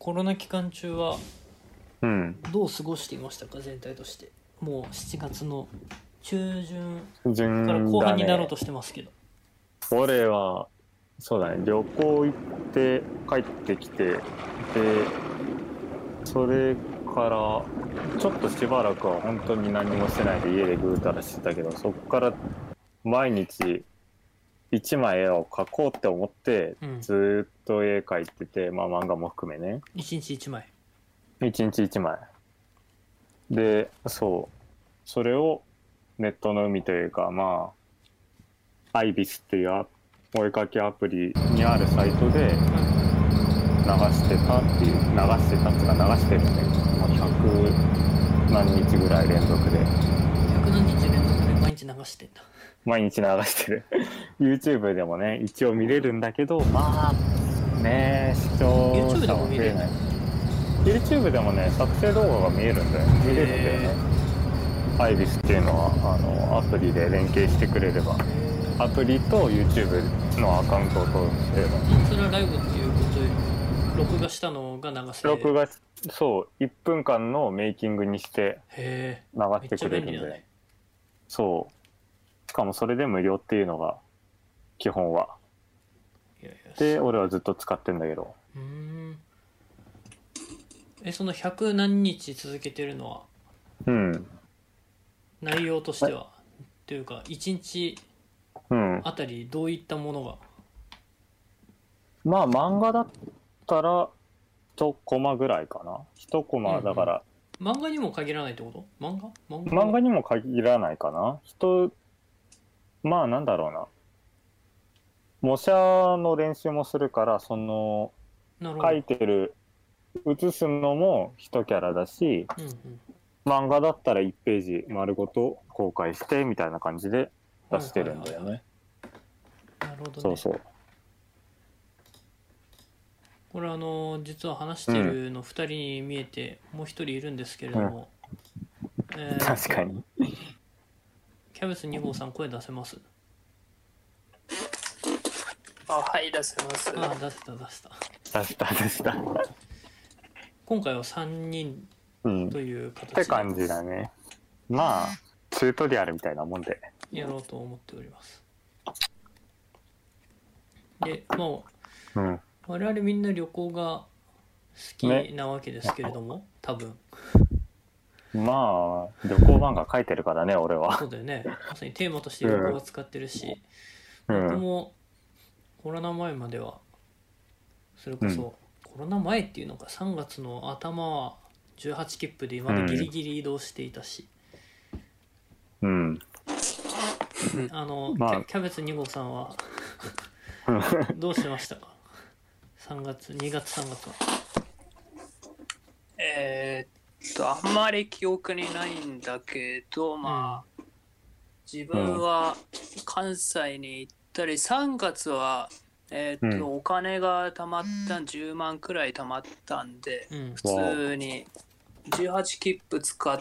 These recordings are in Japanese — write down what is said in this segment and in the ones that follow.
コロナ期間中はうん。 どう過ごしていましたか、全体として。もう7月の中旬から順だ後半になろうね。 としてますけど。 俺は、そうだね、旅行行って帰ってきて、で、それからちょっとしばらくは本当に何もしてないで家でぐうたらしてたけど、そっから毎日一枚絵を描こうって思ってうん。 ずーっと絵描いてて、まあ漫画も含めね、 1日1枚。 一日一枚で、それをネットの海というか、まあアイビスっていうお絵描きアプリにあるサイトで流してたっていう、流してたっていうか流してるね。もう100何日ぐらい連続で 100何日連続で毎日流してんだ。 毎日流してる。YouTube でもね一応見れるんだけど、まあね、視聴 YouTube で者はも見れる増えない。 YouTube でもね作成動画が見えるんだよ、見れるんだよね。アイビスっていうのはアプリで連携してくれれば、アプリと YouTube のアカウントを登録すれば、 それはライブっていうことより録画したのが流せる。 録画、そう1分間のメイキングにしてへ流え、めっしてちゃくれるんで、 便利だね。 そうしかもそれで無料っていうのが基本はいやいや、 で、俺はずっと使ってんだけど。 その100何日続けてるのはうん。 内容としてはというか1日うん。 あたりどういったものが。 まあ漫画だったら1コマぐらいかな。1コマだから、 漫画にも限らないってこと？ 漫画にも限らないかな。まあなんだろうな。模写の練習もするから、その描いてる写すのも1キャラだし、漫画だったら1ページ丸ごと公開してみたいな感じで出してるんだよね。 なるほどね。 そうそう。 これ実は話してるの2人に見えて、もう1人いるんですけれども、 確かに。 キャベツ2号さん、声出せます？ はい、出せます。 出した。今回は3人という形で、 って感じだね。まあチュートリアルみたいなもんでやろうと思っております。で、もう、我々みんな旅行が好きなわけですけれども、多分まあ旅行漫画書いてるからね、俺は。 そうだよね。まさにテーマとして旅行を使ってるし、僕もコロナ前まではそれこそ、コロナ前っていうのが3月の頭は18切符で今までギリギリ移動していたし、キャベツ2号さんはどうしましたか？2月3月は。 あんまり記憶にないんだけど、まあ、自分は関西に行ったり、3月はお金が貯まった10万くらい貯まったんで、普通に18切符使って、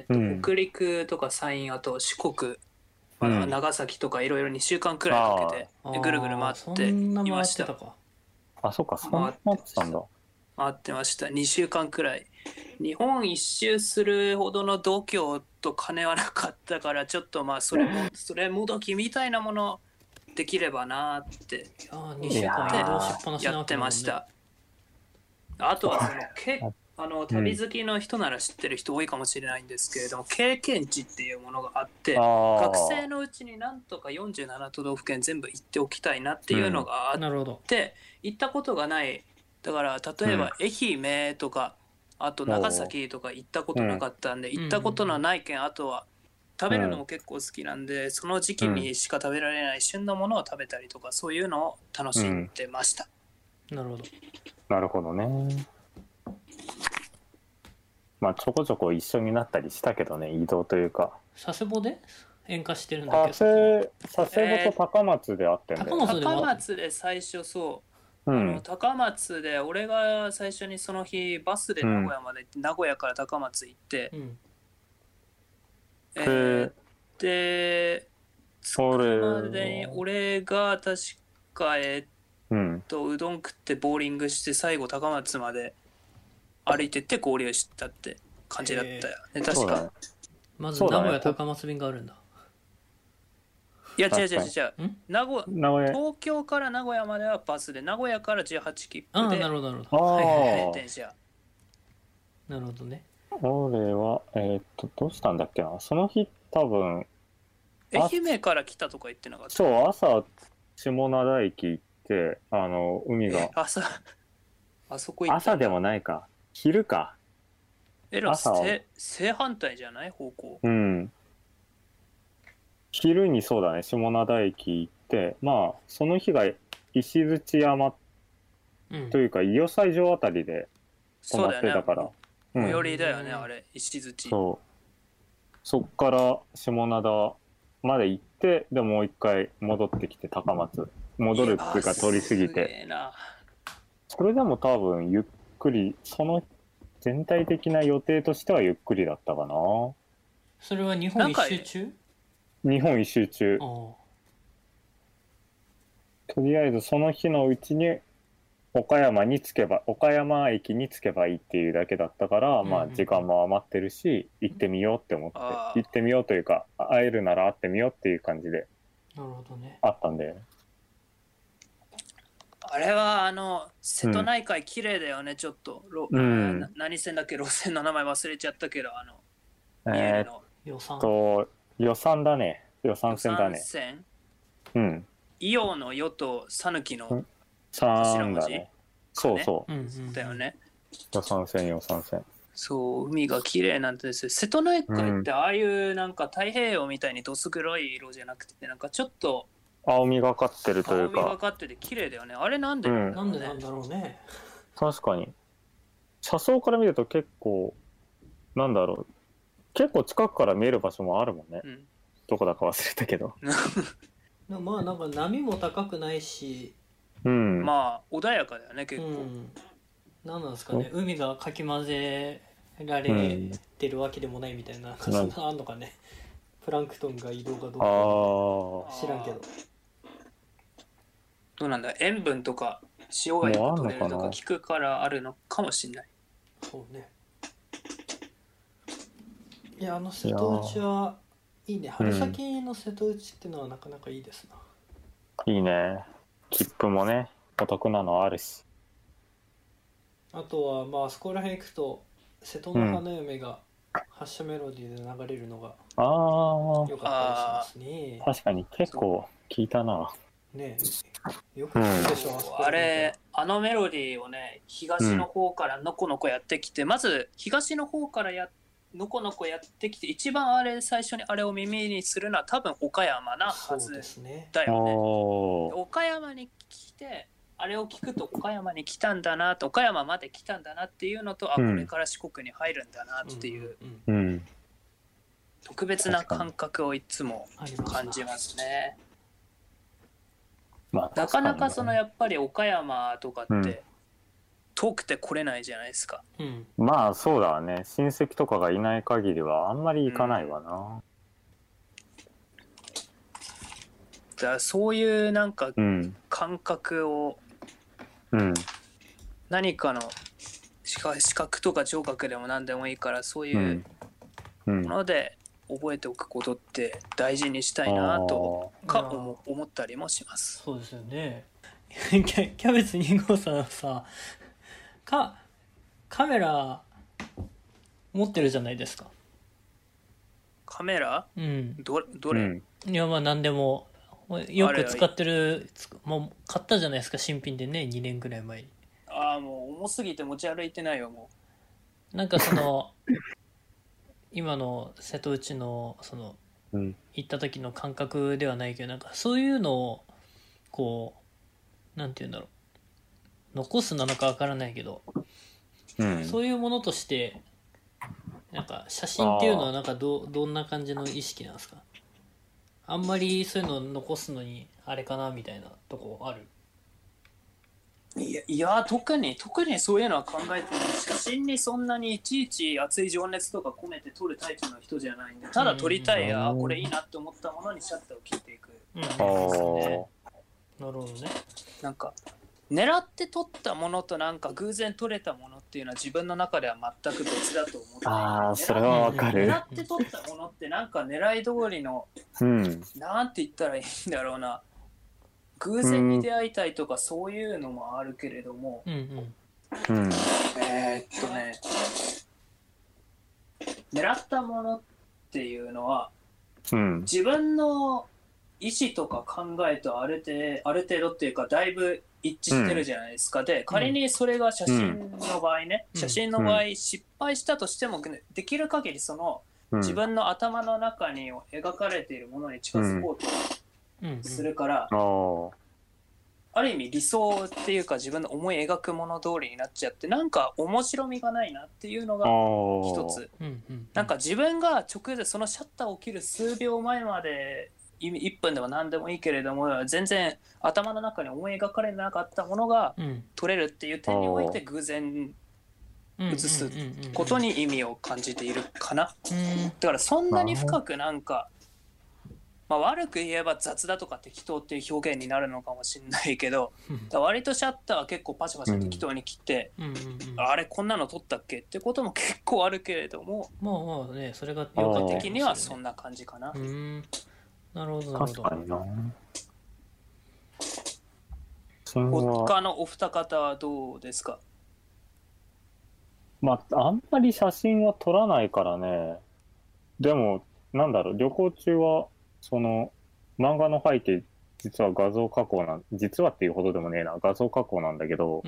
北陸とか山陰、あと四国、長崎とかいろいろ2週間くらいかけてぐるぐる回っていました。 あ、そうか、そんな回ってたんだ。 回ってました。2週間くらい。日本一周するほどの度胸と金はなかったから、ちょっとまあそれもどきみたいなものできればなって 2週間移動しっぱなしやってました。あとは旅好きの人なら知ってる人多いかもしれないんですけれども、経験値っていうものがあって、学生のうちになんとか47都道府県全部行っておきたいなっていうのがあって、行ったことがない、だから例えば愛媛とか、あと長崎とか行ったことなかったんで、行ったことのない県、あとは食べるのも結構好きなんで、その時期にしか食べられない旬のものを食べたりとか、そういうのを楽しんでました。 なるほど。 なるほどね。まあちょこちょこ一緒になったりしたけどね、移動というか。 佐世保で演歌してるんだっけ？ 佐世保と高松であってんだよ。 高松で最初そう。高松で俺が最初にその日バスで名古屋まで行って、名古屋から高松行って、で着くまでに俺が確かとうどん食ってボーリングして最後高松まで歩いてって合流したって感じだったよね、確か。 まず名古屋高松便があるんだ。 いや違う、東京から名古屋まではバスで、名古屋から18切符で、 なるほどなるほど。 はいはいはい、電車。 なるほどね。 俺はどうしたんだっけな、その日多分愛媛から来たとか言ってなかった。 そう、朝下灘駅行って海があそこ行った。 朝でもないか、昼か。 正反対じゃない方向。 昼にそうだね、下灘駅行って、まあその日が石鎚山というか伊予西条あたりで泊まってたから、 最寄りだよね、あれ石鎚。 そっから下灘まで行って、でもう一回戻ってきて高松戻るっていうか通り過ぎて、それでも多分ゆっくり、その全体的な予定としてはゆっくりだったかな。 それは日本一周中？ 日本一周中。とりあえずその日のうちに岡山駅に着けばいいっていうだけだったから、まあ時間も余ってるし行ってみようって思って、行ってみようというか会えるなら会ってみようっていう感じであったんで、 あれは瀬戸内海綺麗だよね、ちょっと。何線だっけ、路線の名前忘れちゃったけど、 予算だね。予算線だね。 伊予の予と讃岐の頭文字、そうだよね。 予算線。 そう、海が綺麗なんですよ。瀬戸内海ってああいうなんか太平洋みたいにどす黒い色じゃなくて、なんかちょっと青みがかってるというか、 青みがかってて綺麗だよね。あれなんでなんでなんだろうね。 確かに車窓から見ると結構なんだろう、結構近くから見える場所もあるもんね、どこだか忘れたけどまあなんか波も高くないし、 まあ穏やかだよね結構。 なんなんですかね、海がかき混ぜられてるわけでもないみたいな、そんなあんのかね。プランクトンが移動がどうか知らんけど。 どうなんだ、塩分とか塩がよく取れるとか聞くからあるのかもしれない。 そうね。いや、瀬戸内はいいね。春先の瀬戸内ってのはなかなかいいですな。 いいね。切符もねお得なのあるし、 あとはまあそこら辺行くと瀬戸の花嫁が発車メロディーで流れるのが良かったりしますね。 確かに結構聞いたな。 ねえ、よく聞くでしょ、 あれ、メロディーをね、東の方からのこのこやってきて、まず東の方からのこのこやってきて、一番最初にあれを耳にするのは多分岡山なはずだよね。岡山に来てあれを聞くと岡山に来たんだなと、岡山まで来たんだなっていうのと、これから四国に入るんだなっていう、特別な感覚をいつも感じますね。なかなかやっぱり岡山とかって遠くて来れないじゃないですか。 まあそうだね、親戚とかがいない限りはあんまり行かないわな。 だからそういうなんか感覚を、何かの視覚とか聴覚でも何でもいいから、そういうもので覚えておくことって大事にしたいなと思ったりもします。 そうですよね。キャベツ2号さんさ、カメラ持ってるじゃないですか。 カメラ？どれ？ いや、まあ何でもよく使ってる、もう買ったじゃないですか、新品でね、2年ぐらい前に。 もう重すぎて持ち歩いてないよもう。なんか今の瀬戸内の行った時の感覚ではないけど、なんかそういうのをこうなんていうんだろう、残すなのかわからないけど、そういうものとしてなんか写真っていうのはなんかどんな感じの意識なんですか？あんまりそういうのを残すのにあれかなみたいなとこある？ いや特にそういうのは考えてない。写真にそんなにいちいち熱い情熱とか込めて撮るタイプの人じゃないんで、ただ撮りたい、これいいなって思ったものにシャッターを切っていく。 なるほどね。 なんか狙って取ったものとなんか偶然取れたものっていうのは自分の中では全く別だと思っていて、 ああ、それはわかる。 狙って取ったものってなんか狙い通りの、なんて言ったらいいんだろうな、偶然に出会いたいとかそういうのもあるけれども、狙ったものっていうのは、自分の意思とか考えとある程度っていうかだいぶ一致してるじゃないですか。で、仮にそれが写真の場合ね、写真の場合失敗したとしてもできる限りその自分の頭の中に描かれているものに近づこうとするから、ある意味理想っていうか自分の思い描くもの通りになっちゃって、なんか面白みがないなっていうのが一つ。なんか自分が直でそのシャッターを切る数秒前まで1分でも何でもいいけれども、全然頭の中に思い描かれなかったものが撮れるっていう点において偶然映すことに意味を感じているかな。だからそんなに深くなんか、まあ、悪く言えば雑だとか適当っていう表現になるのかもしれないけど、割とシャッターは結構パシャパシャ適当に切って、あれこんなの撮ったっけってことも結構あるけれども、 まあね、それが評価的にはそんな感じかな。 なるほどなるほど。 確かにな。 他のお二方はどうですか？ まあ、あんまり写真は撮らないからね。でも、なんだろう、旅行中は、その、漫画の背景、実は画像加工実はっていうほどでもねえな、画像加工なんだけど、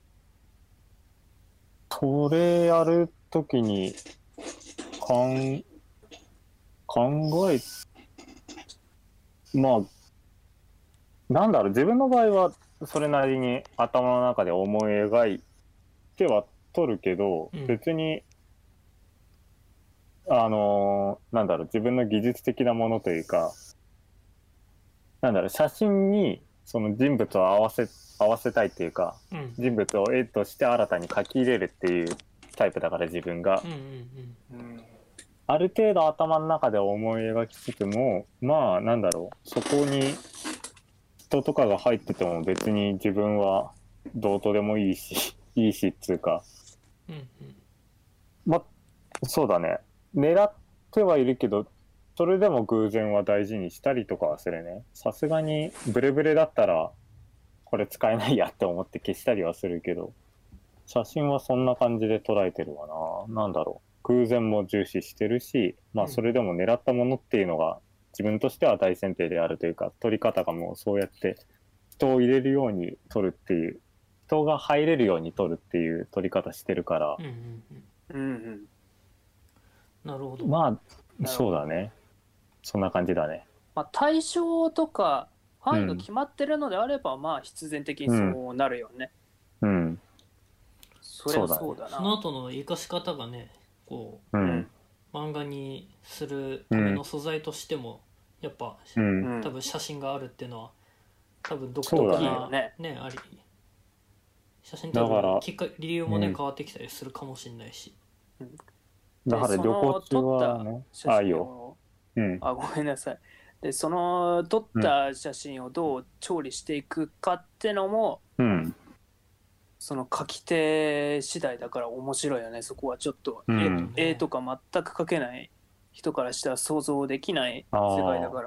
それやるときに、考え、まあ、なんだろう、自分の場合は、それなりに頭の中で思い描いては撮るけど、別に、なんだろう、自分の技術的なものというか、なんだろう、写真にその人物を合わせたいっていうか、人物を絵として新たに描き入れるっていうタイプだから自分が、ある程度頭の中で思い描きつつも、まあなんだろう、そこに人とかが入ってても別に自分はどうとでもいいしっつうか、まあそうだね、狙ってはいるけど、それでも偶然は大事にしたりとかはするね。さすがにブレブレだったらこれ使えないやって思って消したりはするけど、写真はそんな感じで捉えてるわな。なんだろう、偶然も重視してるし、まあそれでも狙ったものっていうのが自分としては大前提であるというか、撮り方がもうそうやって人を入れるように撮るっていう、人が入れるように撮るっていう撮り方してるから、 なるほど。 まあそうだね、そんな感じだね。 まあ、対象とか範囲が決まってるのであれば、まあ必然的にそうなるよね。それはそうだな。 その後の生かし方がね、こう、漫画にするための素材としても、やっぱ、多分写真があるっていうのは多分独特なねあり、写真多分理由もね変わってきたりするかもしれないし。 だから旅行中はね、 ごめんなさい。でその撮った写真をどう調理していくかってのも、その描き手次第だから面白いよね。そこはちょっと絵とか全く描けない人からしたら想像できない世界だから。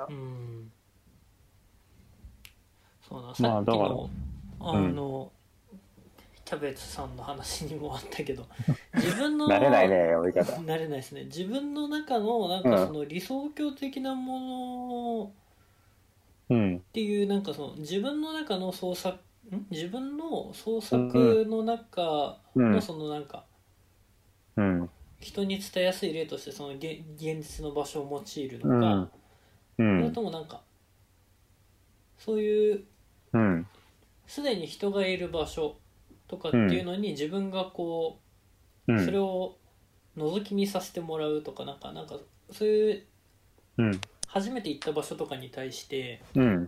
そうだ、さっきのキャベツさんの話にもあったけど、自分の慣れないね、追い方。 慣れないですね。自分の中のなんかその理想郷的なものっていう、なんかその自分の中の自分の創作の中のそのなんか、人に伝えやすい例としてその現実の場所を用いるのか、それともなんかそういうすでに人がいる場所とかっていうのに自分がこう、それを覗き見させてもらうとか、なんかそういう、初めて行った場所とかに対して、なん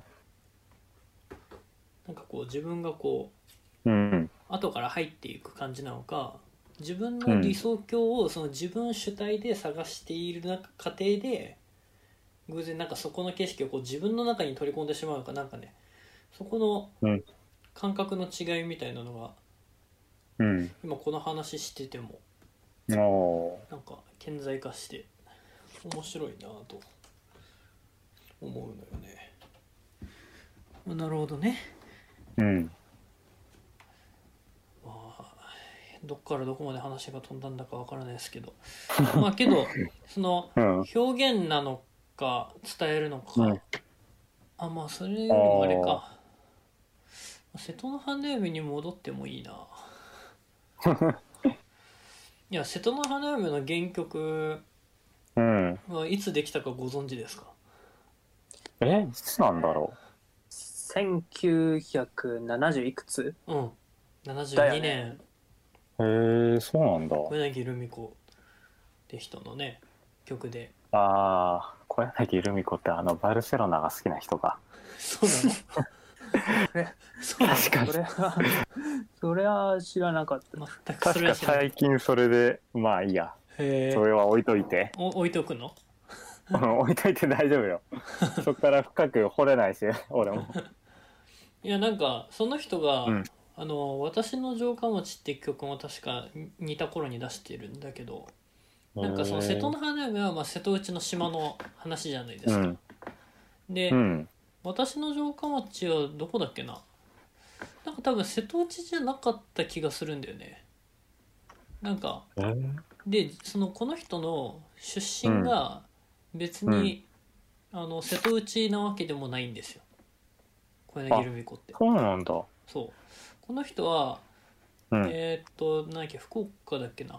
かこう自分がこう、後から入っていく感じなのか、自分の理想郷をその自分主体で探している過程で偶然なんかそこの景色をこう自分の中に取り込んでしまうのか、なんかね、 そこのうん感覚の違いみたいなのがうん今この話しててもおなんか顕在化して面白いなと思うのよね。なるほどね。 うんまあどっからどこまで話が飛んだんだかわからないですけどまあけどそのうん表現なのか伝えるのか、 うんあまあそれよりもあれか瀬戸の花嫁に戻ってもいいな。いや瀬戸の花嫁の原曲うんはいつできたかご存知ですか？ いつなんだろ 1970いくつうん72 だよ年、 う。へえ、そうなんだ。 小柳ルミ子って人のね曲で。 ああ、小柳ルミ子ってバルセロナが好きな人か。 そうなの？そうなの？ 確かに。 それは知らなかった。 全くそれは確か知らない。 最近それで、まあいいや。 へそれは置いといて。 置いておくの？ 置いといて大丈夫よ。そっから深く掘れないし、俺も。 いやなんかその人が、 うん。 私の城下町って曲も確か似た頃に出してるんだけど、なんかその瀬戸の花嫁はまあ瀬戸内の島の話じゃないですか。 うん。 で、 うん。 私の城下町はどこだっけな。なんか多分瀬戸内じゃなかった気がするんだよね。なんかでこの人の出身が別に、瀬戸内なわけでもないんですよ。小柳ルミ子って。 そうなんだ。 そう。この人はうん。 なんだっけ福岡だっけな。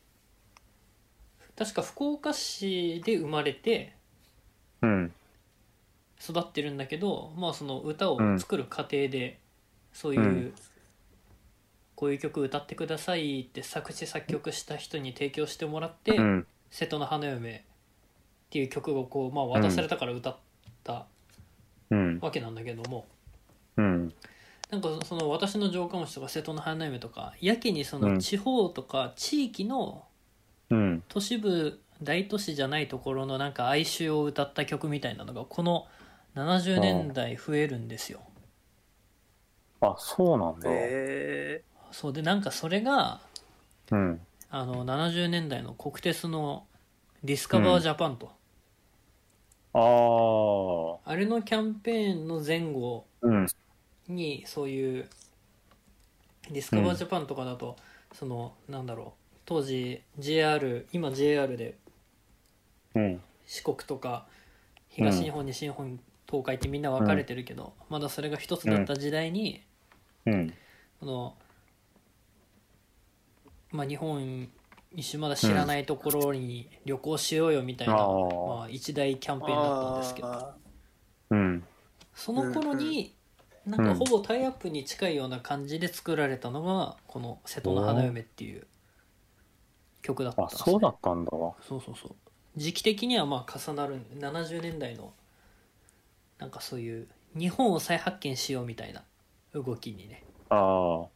確か福岡市で生まれてうん。 育ってるんだけど、まあその歌を作る過程でそういう、こういう曲歌ってくださいって作詞作曲した人に提供してもらってうん。 「瀬戸の花嫁」っていう曲をこう、まあ、渡されたから歌ったうん。 わけなんだけども、 うん。 なんかその私の城下町とか瀬戸の花嫁とかやけにその地方とか地域のうん。 都市部大都市じゃないところのなんか哀愁を歌った曲みたいなのがこの70年代増えるんですよ。 あ、そうなんだ。 そうでなんかそれがうん。 70年代の国鉄のディスカバージャパンと、 ああ。 あれのキャンペーンの前後うん。 にそういうディスカバージャパンとかだと、そのなんだろう当時 今 JR でうん。 四国とか東日本、西日本、東海ってみんな分かれてるけど、まだそれが一つだった時代に、 うん。 まあ、日本一周まだ知らないところに旅行しようよみたいな、まあ、一大キャンペーンだったんですけど、 うん。 その頃になんかほぼタイアップに近いような感じで作られたのがこの「瀬戸の花嫁」っていう曲だったんですね。 あ、そうだったんだ。 そうそうそう。時期的にはまあ重なる70年代のなんかそういう日本を再発見しようみたいな動きにね。 あ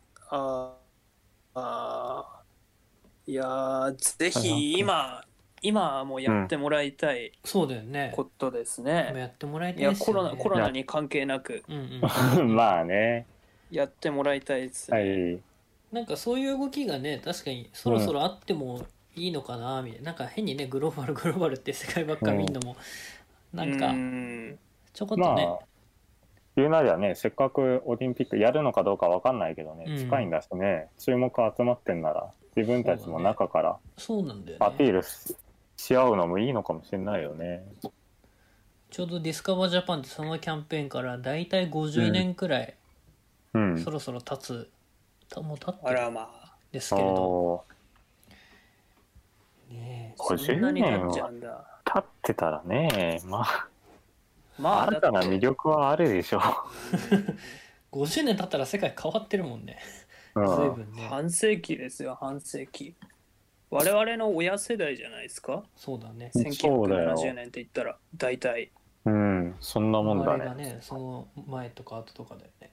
あ。いやーぜひ今もやってもらいたいそうだよね。 ことですね。 やってもらいたいやいですよね。 コロナに関係なくあ。まあね。 やってもらいたいですね。 はい。 なんかそういう動きがね確かにそろそろあってもいいのかなみたいな、なんか変にねグローバルって世界ばっか見んのもなんかちょこっとね、 まあ言うなりゃね、せっかくオリンピックやるのかどうかわかんないけどね、近いんだしね、注目集まってんなら自分たちも中からそうなんだよね、 アピール し合うのもいいのかもしれないよね。 ちょうどディスカバージャパンってそのキャンペーンからだいたい50年くらい、そろそろ経つもう経ってるんですけれど、 ねえそんなに経っちゃうんだ。 経ってたらね、まあ新たな魅力はあるでしょう。 50年経ったら世界変わってるもんね。随分ね。 半世紀ですよ、半世紀。我々の親世代じゃないですか。 そうだね。 1970年って言ったら大体。 うん、そんなもんだね。 がね、その前とか後とかだよね。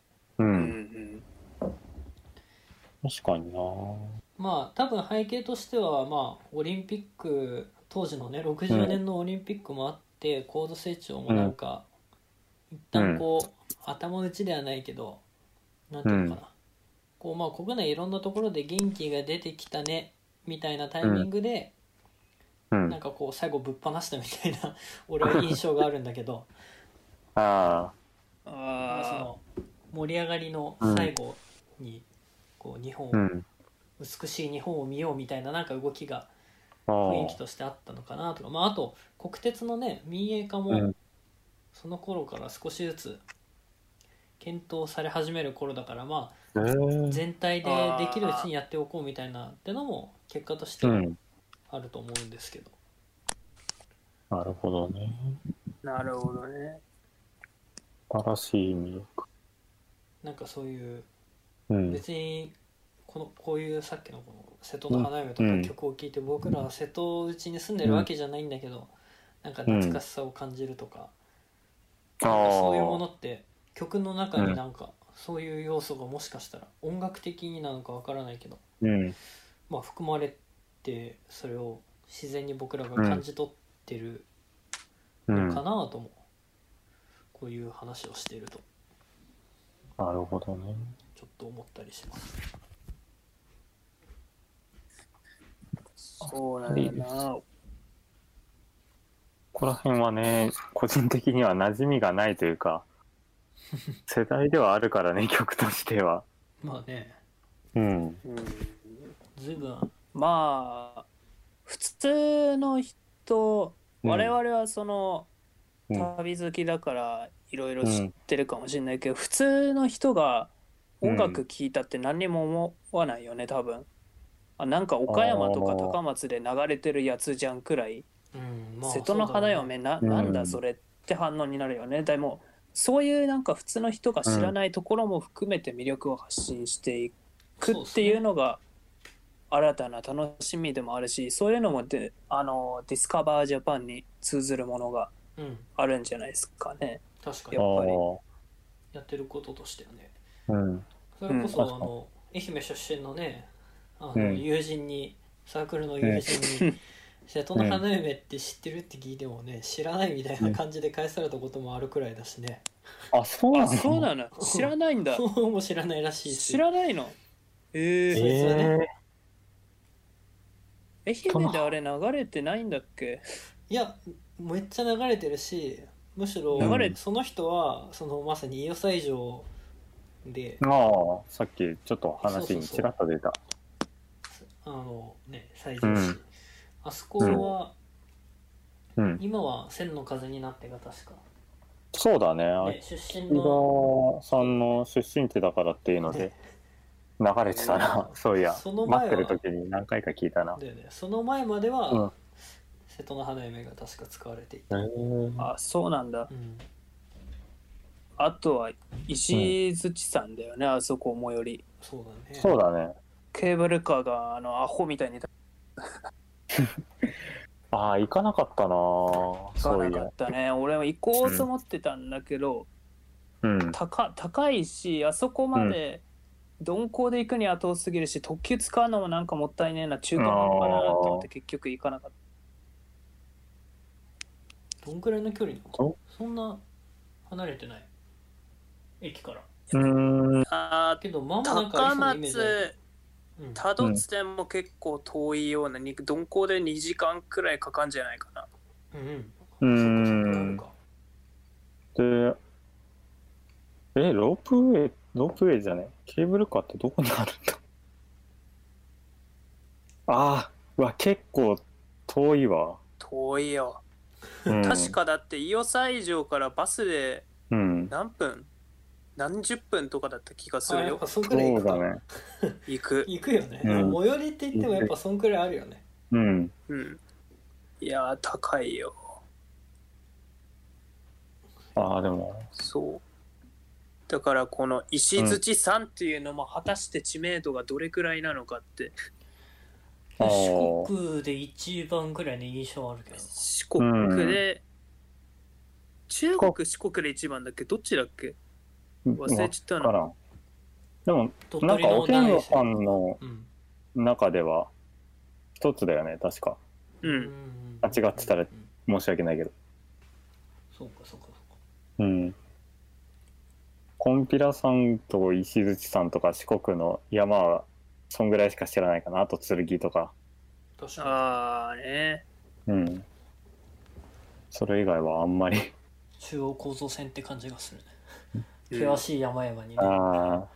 確かにな。 まあ多分背景としてはまあオリンピック当時のね60年のオリンピックもあって、高度成長もなんか、一旦こう頭打ちではないけど、なんていうのかな、こうまあ国内いろんなところで元気が出てきたねみたいなタイミングで、なんかこう最後ぶっ放したみたいな俺は印象があるんだけどあまあその盛り上がりの最後にこう日本を、美しい日本を見ようみたいななんか動きが雰囲気としてあったのかなとか、まああと国鉄のね民営化もその頃から少しずつ検討され始める頃だから、まあ全体でできるうちにやっておこうみたいなってのも結果としてあると思うんですけど、 なるほどね。 なるほどね。 新しい意味。 なんかそういう、別にこういうさっきのこの瀬戸の花嫁とか曲を聴いて、僕らは瀬戸内に住んでるわけじゃないんだけど、なんか懐かしさを感じるとか、なんかそういうものって曲の中になんかそういう要素がもしかしたら音楽的になのかわからないけど、まあ含まれて、それを自然に僕らが感じ取ってるのかなとも、こういう話をしているとなるほどね。 ちょっと思ったりします。 そうなんだな。 ここら辺はね、個人的には馴染みがないというか世代ではあるからね、曲としては。 まあね、随分まあ普通の人、我々はその旅好きだからいろいろ知ってるかもしれないけど、普通の人が音楽聴いたって何にも思わないよね多分。なんか岡山とか高松で流れてるやつじゃんくらい、瀬戸の花嫁なんだそれって反応になるよね。でもそういうなんか普通の人が知らないところも含めて魅力を発信していくっていうのが新たな楽しみでもあるし、そういうのもディスカバージャパンに通ずるものがあるんじゃないですかね。 確かにやっぱりやってることとしてはね、それこそ愛媛出身のね友人に、サークルの友人に瀬戸の花嫁って知ってるって聞いてもね、知らないみたいな感じで返されたこともあるくらいだしね。 そうなの？ そうなの？知らないんだ。 そうも知らないらしいし。 知らないの？そいつはね。愛媛であれ流れてないんだっけ？ いやめっちゃ流れてるし、むしろその人はそのまさに伊予西条で、 さっきちょっと話にちらっと出た西条市、あそこは、今は千の風になってが確かそうだね、 出身のさんの出身地だからっていうので流れてたな。そういや待ってる時に何回か聞いたな。 その前までは、瀬戸の花嫁が確か使われていた。 そうなんだ。あとは石槌山だよね、あそこ最寄り。 そうだね。 ケーブルカーがアホみたいに行かなかったな。 行かなかったね。俺は行こうと思ってたんだけど、高いし、あそこまで鈍行で行くには遠すぎるし、特急使うのもなんかもったいねえな、中途半端だなと思って結局行かなかった。 どんくらいの距離なの？そんな離れてない駅から。けどまあなんかありそうなイメージある。 多度津でも結構遠いような、鈍行で2時間くらいかかんじゃないかな。 で、ロープウェイじゃね、ケーブルカーってどこにあるんだ？結構遠いわ。 遠いよ。確かだって伊予西条からバスで何分、何十分とかだった気がするよ。 やっぱそんくらい行くか。 そうだね。 行くよね。最寄りって言ってもやっぱそんくらいあるよね。 いや高いよ。 でもそうだからこの石槌山っていうのも果たして知名度がどれくらいなのかって、 四国で一番くらいの印象あるけど。 四国で、中国四国で一番だっけ？どっちだっけ？忘れちゃったな。 でもなんかお遍路さんの中では一つだよね確か。間違ってたら申し訳ないけど。 そうか。 コンピラさんと石槌さんとか四国の山はそんぐらいしか知らないかな。あと剣とか。 確かああね。 うん。それ以外はあんまり。 に中央構造線って感じがするね。険しい山々にね。 あ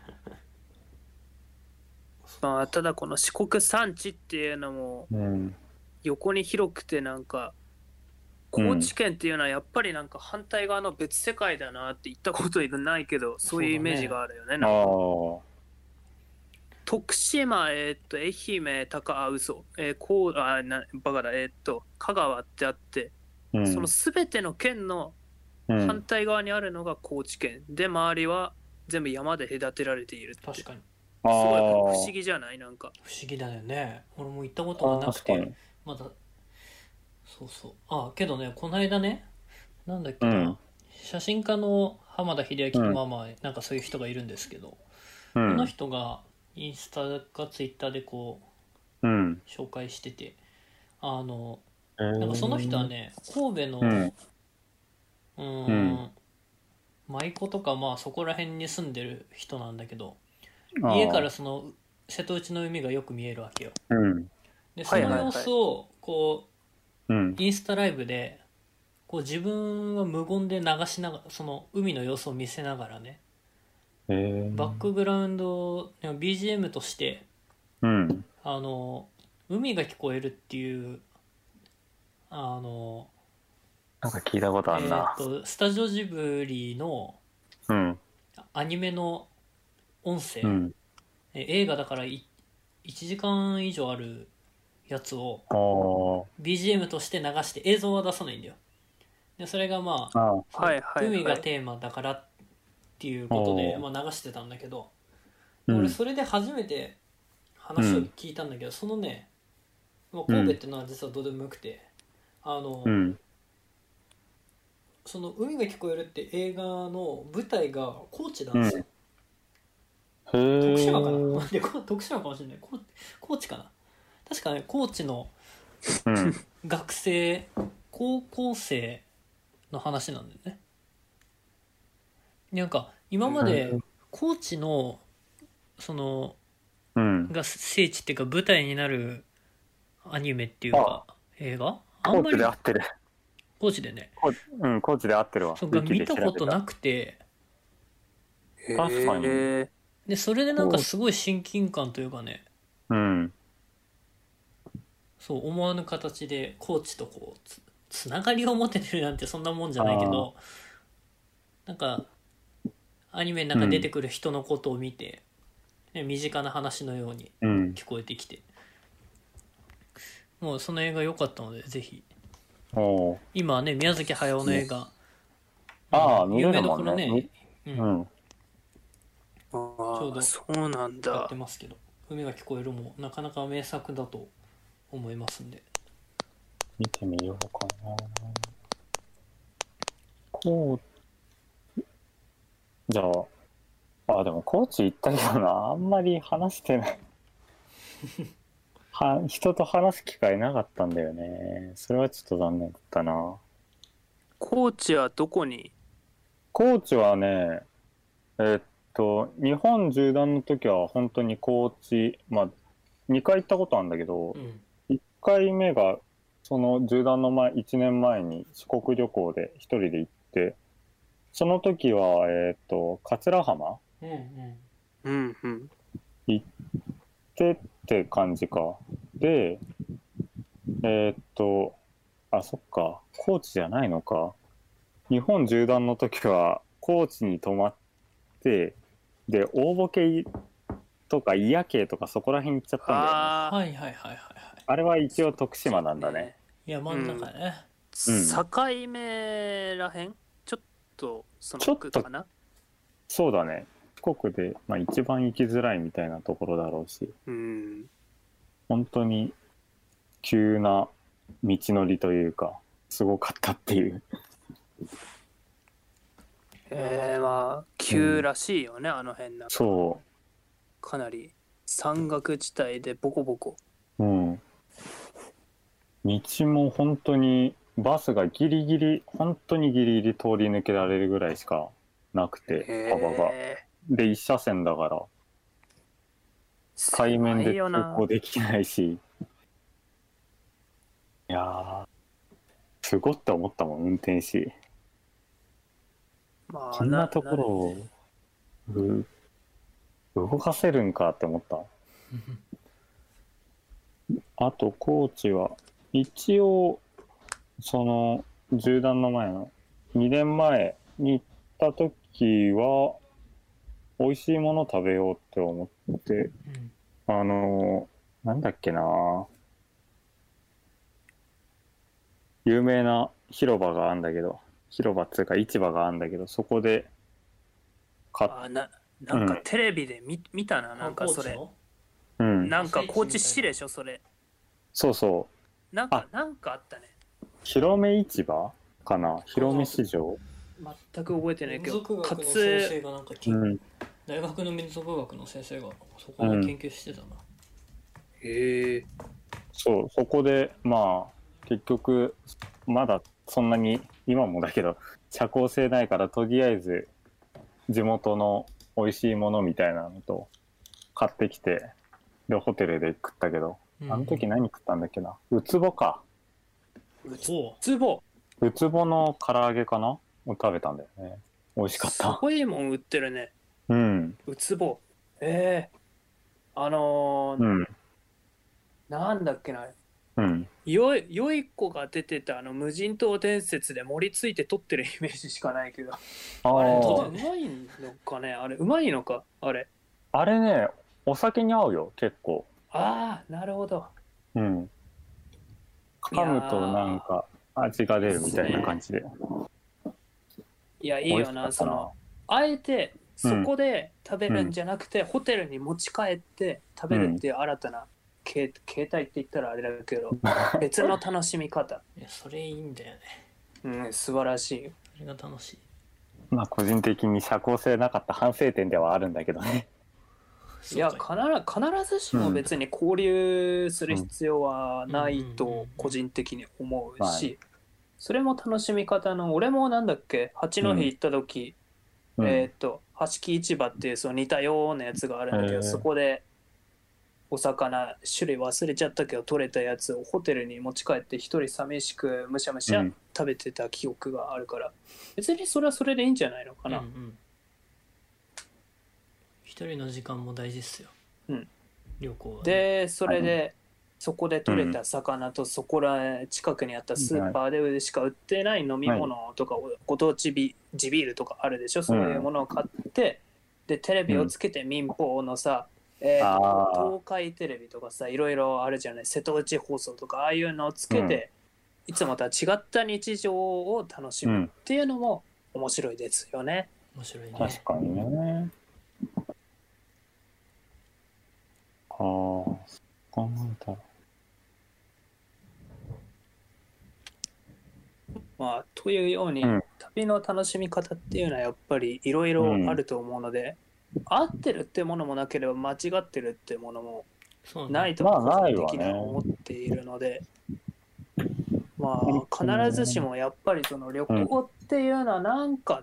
まあ、ただこの四国山地っていうのもあ、うん。 横に広くてなんか高知県っていうのはやっぱりなんか反対側の別世界だなって言ったことないけど、そういうイメージがあるよね。 あなんかあ。 徳島、愛媛、嘘、バカだ、香川ってあって、 うん。 そのすべての県の反対側にあるのが高知県で、周りは全部山で隔てられているって。 確かに。 すごい不思議じゃない？なんか不思議だよね。俺も行ったことがなくて、まだ。そうそう。けどね、この間ね、なんだっけな、写真家の浜田秀明ってなんかそういう人がいるんですけど、この人がインスタかツイッターでこう、紹介してて、なんかその人はね、神戸の舞妓とかそこら辺に住んでる人なんだけど、家からその瀬戸内の海がよく見えるわけよ。でその様子をこう、インスタライブでこう自分は無言で流しながらその海の様子を見せながらね、バックグラウンド BGM として、海が聞こえるっていうなんか聞いたことあるな。 スタジオジブリのアニメの音声、映画だから1時間以上あるやつを BGM として流して映像は出さないんだよ。でそれが海がテーマだからっていうことで、流してたんだけど、俺それで初めて話を聞いたんだけど、そのね、神戸ってのは実はどうでもよくて、その海が聞こえるって映画の舞台が高知なんですよ。徳島かな徳島かもしれない。高知かな。確かね、高知の学生、高校生の話なんだよね。なんか今まで高知のそのが聖地っていうか舞台になるアニメっていうか映画あんまり高知で合ってる。 高知でね。 高知で合ってるわ。 そうか、見たことなくて。 確かに。 でそれでなんかすごい親近感というかね。そう思わぬ形で高知とこうつながりを持ててるなんてそんなもんじゃないけど、なんかアニメの中に出てくる人のことを見て、身近な話のように聞こえてきて、もうその映画良かったのでぜひ。今はね宮崎駿の映画、有名どころね、ちょうどそうなんだやってますけど、海が聞こえるもなかなか名作だと思いますんで見てみようかな。じゃあでも高知行ったけどな、あんまり話してない人と話す機会なかったんだよね。それはちょっと残念だったな。 高知はどこに？ 高知はね、日本縦断の時は本当に高知、2回行ったことあるんだけど、1回目がその縦断の1年前に四国旅行で一人で行って、その時は桂浜行ってって感じか。でそっか、高知じゃないのか。日本縦断の時は高知に泊まって、で大ボケとか祖谷渓とかそこら辺行っちゃったんだよね。あれは一応徳島なんだね。 山の中ね。 境目らへん、ちょっとその奥かな。 そうだね、四国で、一番行きづらいみたいなところだろうし、本当に急な道のりというかすごかったっていう急らしいよね、あの辺。 そうかなり山岳地帯でボコボコ。 道も本当にバスが本当にギリギリ通り抜けられるぐらいしかなくて、幅が。で、一車線だから、対面で通行できないし、いやー、すごって思ったもん、運転士。 まあ、 こんなところを動かせるんかって思った。あと、高知は、一応、その、縦断の前の、2年前に行った時は、美味しいもの食べようって思って、なんだっけな、有名な広場があるんだけど、広場っつうか市場があるんだけど、そこでなんかテレビで見たな、なんかそれ。なんか高知市でしょ、それ。 そうそう。 なんかあったね。 広め市場かな、広め市場。 全く覚えてないけど、 民族学の先生がなんか、大学の民族学の先生がそこで研究してたな。 へえ。 そう、そこでまあ結局まだそんなに今もだけど社交性ないから、とりあえず地元の美味しいものみたいなのと買ってきて、でホテルで食ったけど、あの時何食ったんだっけな、ウツボか。 ウツボの唐揚げかなを食べたんだよね。美味しかった。 すごいもん売ってるね。ウツボ。なんだっけな。よい子が出てた無人島伝説で盛りついて撮ってるイメージしかないけど。あれ、うまいのかね、あれ、うまいのかあれ。 あれね、お酒に合うよ、結構。 ああ、なるほど。 噛むとなんか味が出るみたいな感じで。 いや、いいよな、あえてそこで食べるんじゃなくて、ホテルに持ち帰って食べるっていう新たな形態って言ったらあれだけど、別の楽しみ方。 いや、それいいんだよね。素晴らしい。 それが楽しい。 まあ個人的に社交性なかった反省点ではあるんだけどね。 いや、必ずしも別に交流する必要はないと個人的に思うし、それも楽しみ方の。俺もなんだっけ、八戸行った時、八木市場っていうその似たようなやつがあるんだけど、そこでお魚種類忘れちゃったけど取れたやつをホテルに持ち帰って一人寂しくむしゃむしゃ食べてた記憶があるから、別にそれはそれでいいんじゃないのかな。 一人の時間も大事っすよ。旅行はね。 でそれで、そこで取れた魚と、そこら近くにあったスーパーでしか売ってない飲み物とか、ご当地地ビールとかあるでしょ、そういうものを買って、でテレビをつけて、民放のさ、東海テレビとかさ、いろいろあるじゃない、瀬戸内放送とか、ああいうのをつけて、いつもとは違った日常を楽しむっていうのも面白いですよね。 面白いね。 確かにね。考えたら。 まあ、というように、旅の楽しみ方っていうのはやっぱりいろいろあると思うので、合ってるってものもなければ間違ってるってものもないと個人的には思っているので、まあ必ずしもやっぱりその旅行っていうのはなんか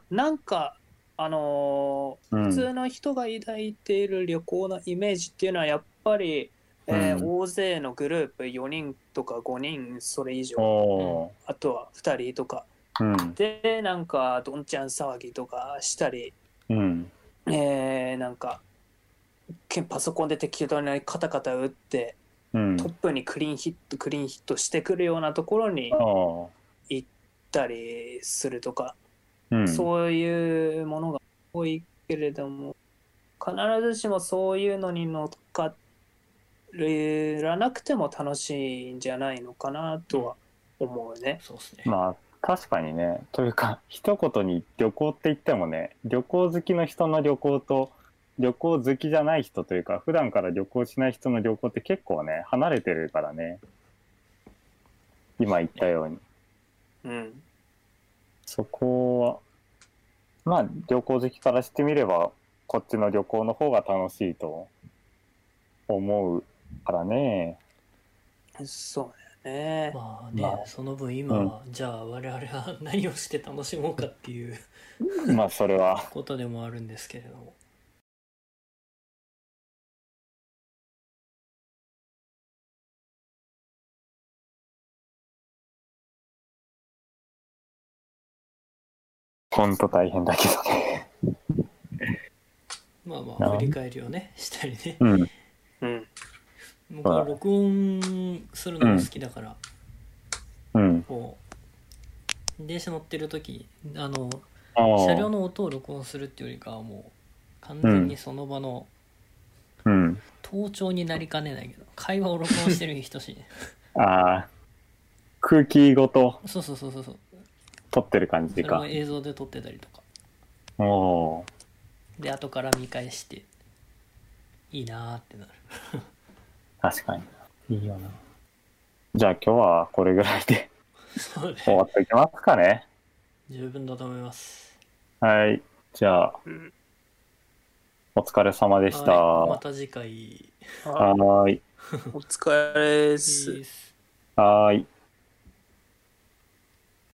普通の人が抱いている旅行のイメージっていうのはやっぱり、大勢のグループ4人とか5人それ以上、あとは2人とか、でなんかどんちゃん騒ぎとかしたり、なんかパソコンで適当にカタカタ打って、トップにクリーンヒットしてくるようなところに行ったりするとか、そういうものが多いけれども、必ずしもそういうのに乗っからなくても楽しいんじゃないのかなとは思うね。 そうですね。 まあ確かにね。というか一言に旅行って言ってもね、旅行好きの人の旅行と旅行好きじゃない人というか、普段から旅行しない人の旅行って結構ね離れてるからね。今言ったように。そこはまあ旅行好きからしてみればこっちの旅行の方が楽しいと思うからね。 そうまあね、 まあその分今、じゃあ我々は何をして楽しもうかっていうまあそれはことでもあるんですけれども。 ほんと大変だけどね。 まあまあ振り返りをねしたりね。 うん僕は録音するのが好きだから、こう電車乗ってる時車両の音を録音するっていうよりかはもう完全にその場の盗聴になりかねないけど会話を録音してるに等しいね。 ああ、空気ごとそう撮ってる感じか。 それも映像で撮ってたりとかおで後から見返していいなーってなる。 確かにいいよな。じゃあ今日はこれぐらいでそうね、 終わっていきますかね。 十分だと思います。 はい、じゃあ、お疲れ様でした。 また次回。 はい。 お疲れです。 いいっす。 はい。